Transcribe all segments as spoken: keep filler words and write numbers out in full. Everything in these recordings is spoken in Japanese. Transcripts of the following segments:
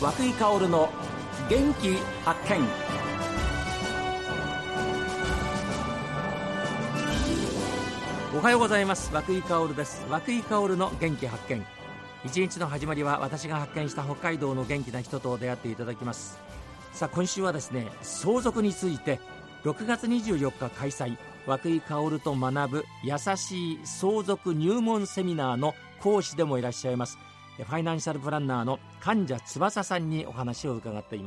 涌井薫の元気発見。おはようございます。涌井薫です。涌井薫の元気発見。一日の始まりは私が発見した北海道の元気な人と出会っていただきます。さあ今週はですね、相続についてろくがつにじゅうよっか開催、涌井薫と学ぶ優しい相続入門セミナーの講師でもいらっしゃいますファイナンシャルプランナーの神谷翼さんにお話を伺っています。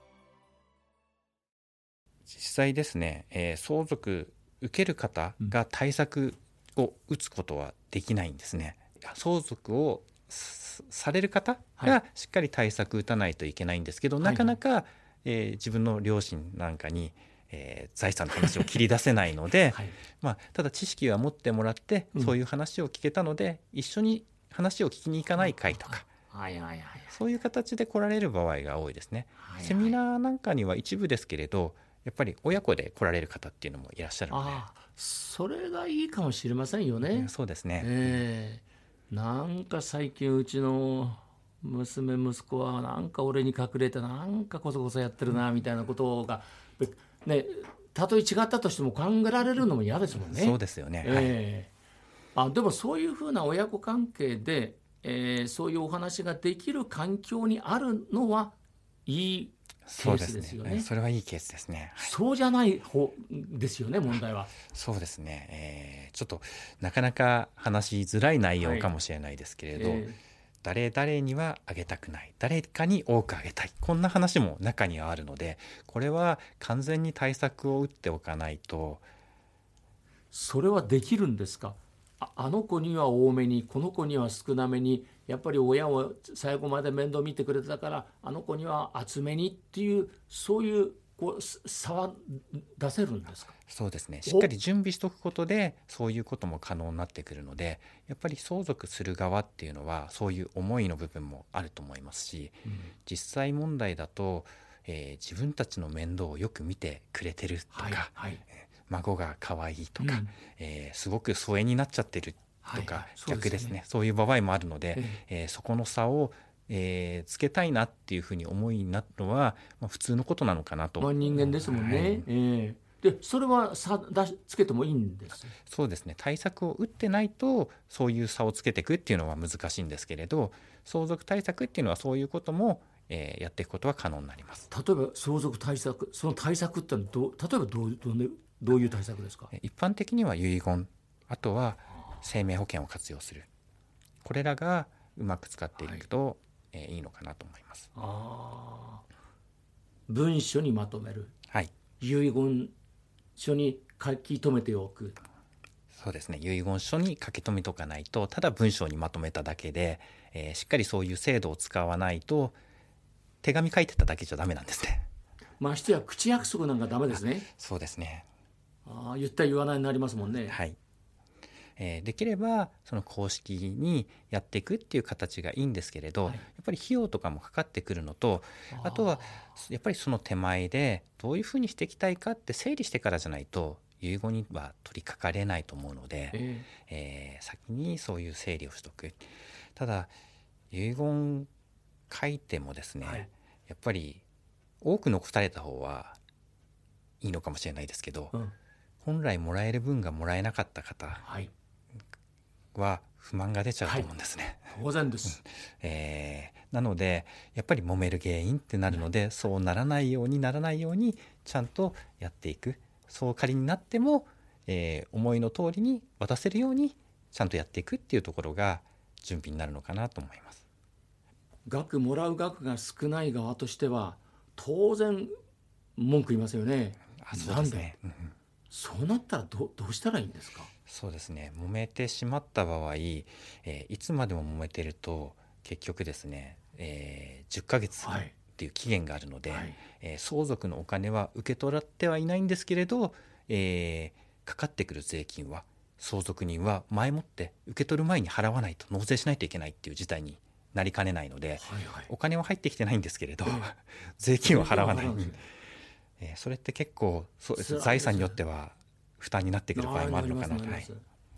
実際ですね、えー、相続受ける方が対策を打つことはできないんですね、うん、相続をされる方がしっかり対策打たないといけないんですけど、はい、なかなか、えー、自分の両親なんかに、えー、財産の話を切り出せないので、はいまあ、ただ知識は持ってもらって、うん、そういう話を聞けたので一緒に話を聞きに行かない会とか、はいはいはい、そういう形で来られる場合が多いですね、はいはい、セミナーなんかには一部ですけれどやっぱり親子で来られる方っていうのもいらっしゃるので、 あそれがいいかもしれませんよね、 うん、そうですね、 えー、なんか最近うちの娘息子はなんか俺に隠れてなんかこそこそやってるなみたいなことが、ね、たとえ違ったとしても考えられるのも嫌ですもんね。 そうですよね、 えー、あでもそういうふうな親子関係で、えー、そういうお話ができる環境にあるのはいいケースですよね。 そうですね、それはいいケースですね、 はい、そうじゃない方ですよね、問題は。 そうですね、えー、ちょっとなかなか話しづらい内容かもしれないですけれど、はいえー、誰々にはあげたくない、誰かに多くあげたい、こんな話も中にはあるので、これは完全に対策を打っておかないと。 それはできるんですか？ あ, あの子には多めに、この子には少なめに、やっぱり親を最後まで面倒見てくれてたからあの子には厚めにっていう、そういうこう差は出せるんですか？ そうですね、しっかり準備しておくことでそういうことも可能になってくるので、やっぱり相続する側っていうのはそういう思いの部分もあると思いますし、うん、実際問題だと、えー、自分たちの面倒をよく見てくれてるとか、はいはい孫が可愛いとか、うんえー、すごく疎遠になっちゃってるとか、はいはいそうですね、逆ですね、そういう場合もあるので、えー、そこの差を、えー、つけたいなっていうふうに思いになるのは、まあ、普通のことなのかなと、 まあ、人間ですもんね、はいえー、でそれは差出しつけてもいいんです？ そうですね、対策を打ってないとそういう差をつけていくっていうのは難しいんですけれど、相続対策っていうのはそういうこともえー、やっていくことは可能になります。 例えば相続対策、その対策ってのはど例えばどう、どう、どういう対策ですか？ 一般的には遺言、あとは生命保険を活用する、これらがうまく使っていくと、はいえー、いいのかなと思います。 あ文書にまとめる、 はい、 遺言書に書き留めておく。 そうですね、遺言書に書き留めておかないと、ただ文章にまとめただけで、えー、しっかりそういう制度を使わないと手紙書いてただけじゃダメなんですね。 ましてや口約束なんかダメですね。 そうですね、 あ言った言わないになりますもんね。 はいえー、できればその公式にやっていくっていう形がいいんですけれど、はい、やっぱり費用とかもかかってくるのと、 あ, あとはやっぱりその手前でどういうふうにしていきたいかって整理してからじゃないと遺言には取り掛かれないと思うので、えーえー、先にそういう整理をしとく。ただ遺言書いてもですね、はい、やっぱり多く残された方はいいのかもしれないですけど、うん、本来もらえる分がもらえなかった方は不満が出ちゃうと思うんですね、 はい、当然です、 えー、なのでやっぱり揉める原因ってなるので、うん、そうならないようにならないようにちゃんとやっていく。そう仮になっても、えー、思いの通りに渡せるようにちゃんとやっていくっていうところが準備になるのかなと思います。 額もらう額が少ない側としては当然文句言いますよね。 あ、そうですね。 なんで、うん、そうなったら ど, どうしたらいいんですか？ そうですね、揉めてしまった場合、えー、いつまでも揉めてると結局ですね、えー、じゅっかげつっていう期限があるので、はいえー、相続のお金は受け取ってはいないんですけれど、えー、かかってくる税金は相続人は前もって受け取る前に払わないと、納税しないといけないっていう事態になりかねないので、はいはい、お金は入ってきてないんですけれど、えー、税金は払わない、えー、それって結構そうです、財産によっては負担になってくる場合もあるのかなと。はい、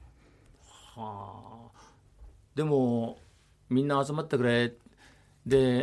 はあ、でもみんな集まってくれで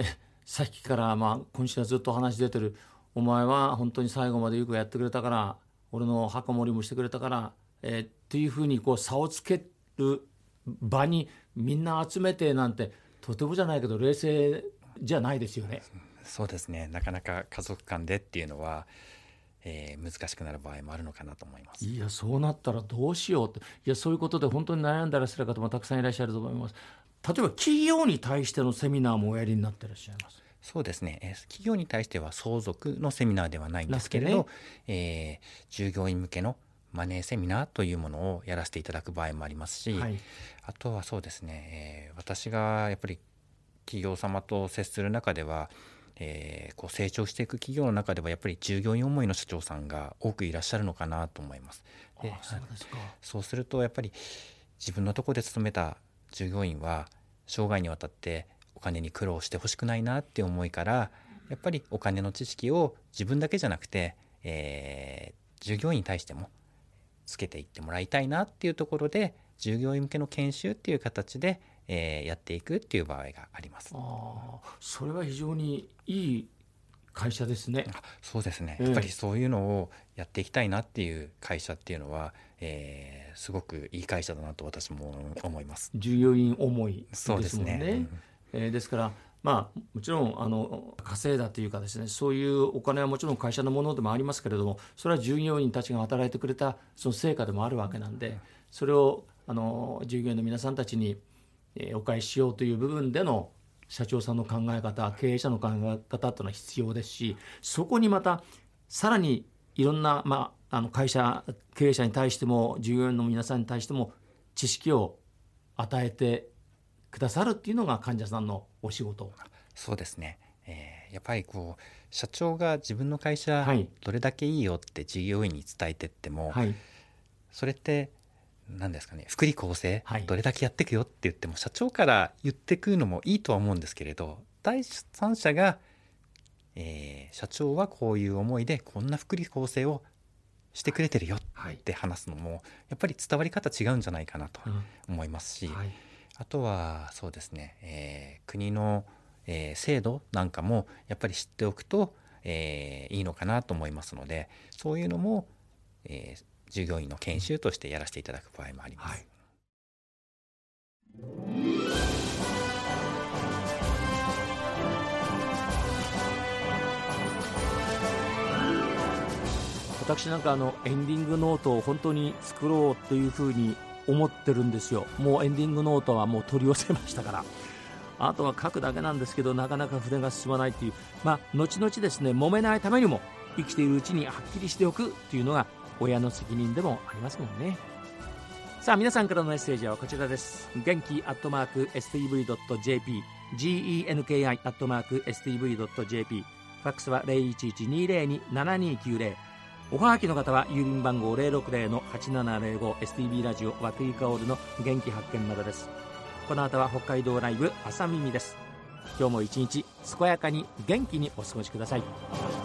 さっきから、まあ、今週はずっとお話出てる、お前は本当に最後までよくやってくれたから、俺の墓守りもしてくれたから、えー、っていうふうにこう差をつける場にみんな集めてなんて、とてもじゃないけど冷静じゃないですよね。 そうですね、なかなか家族間でっていうのは、えー、難しくなる場合もあるのかなと思います。 いや、そうなったらどうしようって、いや、そういうことで本当に悩んでらっしゃる方もたくさんいらっしゃると思います。例えば企業に対してのセミナーもおやりになってらっしゃいます。 そうですね、えー、企業に対しては相続のセミナーではないんですけれど、ねえー、従業員向けのマネーセミナーというものをやらせていただく場合もありますし、はい、あとはそうですね、えー、私がやっぱり企業様と接する中では、えー、こう成長していく企業の中ではやっぱり従業員思いの社長さんが多くいらっしゃるのかなと思います。で、あ、そうですか。そうするとやっぱり自分のところで勤めた従業員は生涯にわたってお金に苦労してほしくないなって思いから、やっぱりお金の知識を自分だけじゃなくて、えー、従業員に対してもつけていってもらいたいなっていうところで、従業員向けの研修っていう形で、えー、やっていくっていう場合があります。 あ、それは非常にいい会社ですね。 あ、そうですね、やっぱりそういうのをやっていきたいなっていう会社っていうのは、えー、すごくいい会社だなと私も思います。 従業員思いですもんね。 そうですね、うんえー、ですからまあ、もちろんあの稼いだというかですね、そういうお金はもちろん会社のものでもありますけれども、それは従業員たちが働いてくれたその成果でもあるわけなんで、それをあの従業員の皆さんたちに、えー、お返ししようという部分での社長さんの考え方、経営者の考え方というのは必要ですし、そこにまたさらにいろんな、まあ、あの会社経営者に対しても従業員の皆さんに対しても知識を与えてくださるっていうのが患者さんのお仕事。 そうですね、えー、やっぱりこう社長が自分の会社、 はい、 どれだけいいよって従業員に伝えてっても、はい、それって何ですかね、福利厚生、はい、どれだけやっていくよって言っても社長から言ってくのもいいとは思うんですけれど、第三者が、えー、社長はこういう思いでこんな福利厚生をしてくれてるよって話すのも、やっぱり伝わり方違うんじゃないかなと思いますし、うん、はい、あとはそうですね、えー、国の、えー、制度なんかもやっぱり知っておくと、えー、いいのかなと思いますので、そういうのも、えー、従業員の研修としてやらせていただく場合もあります。はい、 私なんかあのエンディングノートを本当に作ろうというふうに思ってるんですよ。もうエンディングノートはもう取り寄せましたから、あとは書くだけなんですけど、なかなか筆が進まないっていう、まあ後々ですね、揉めないためにも生きているうちにはっきりしておくっていうのが親の責任でもありますもんね。さあ皆さんからのメッセージはこちらです。元気アットマーク エスティーブイドットジェーピー genki アットマーク エスティーブイドットジェーピー、 ファックスは ゼロいちいち にゼロに ななにきゅうゼロ、おはがきの方は郵便番号 ゼロろくゼロのはちななゼロご エスティービー ラジオ和久井薫の元気発見までです。この後は北海道ライブ朝耳です。今日も一日健やかに元気にお過ごしください。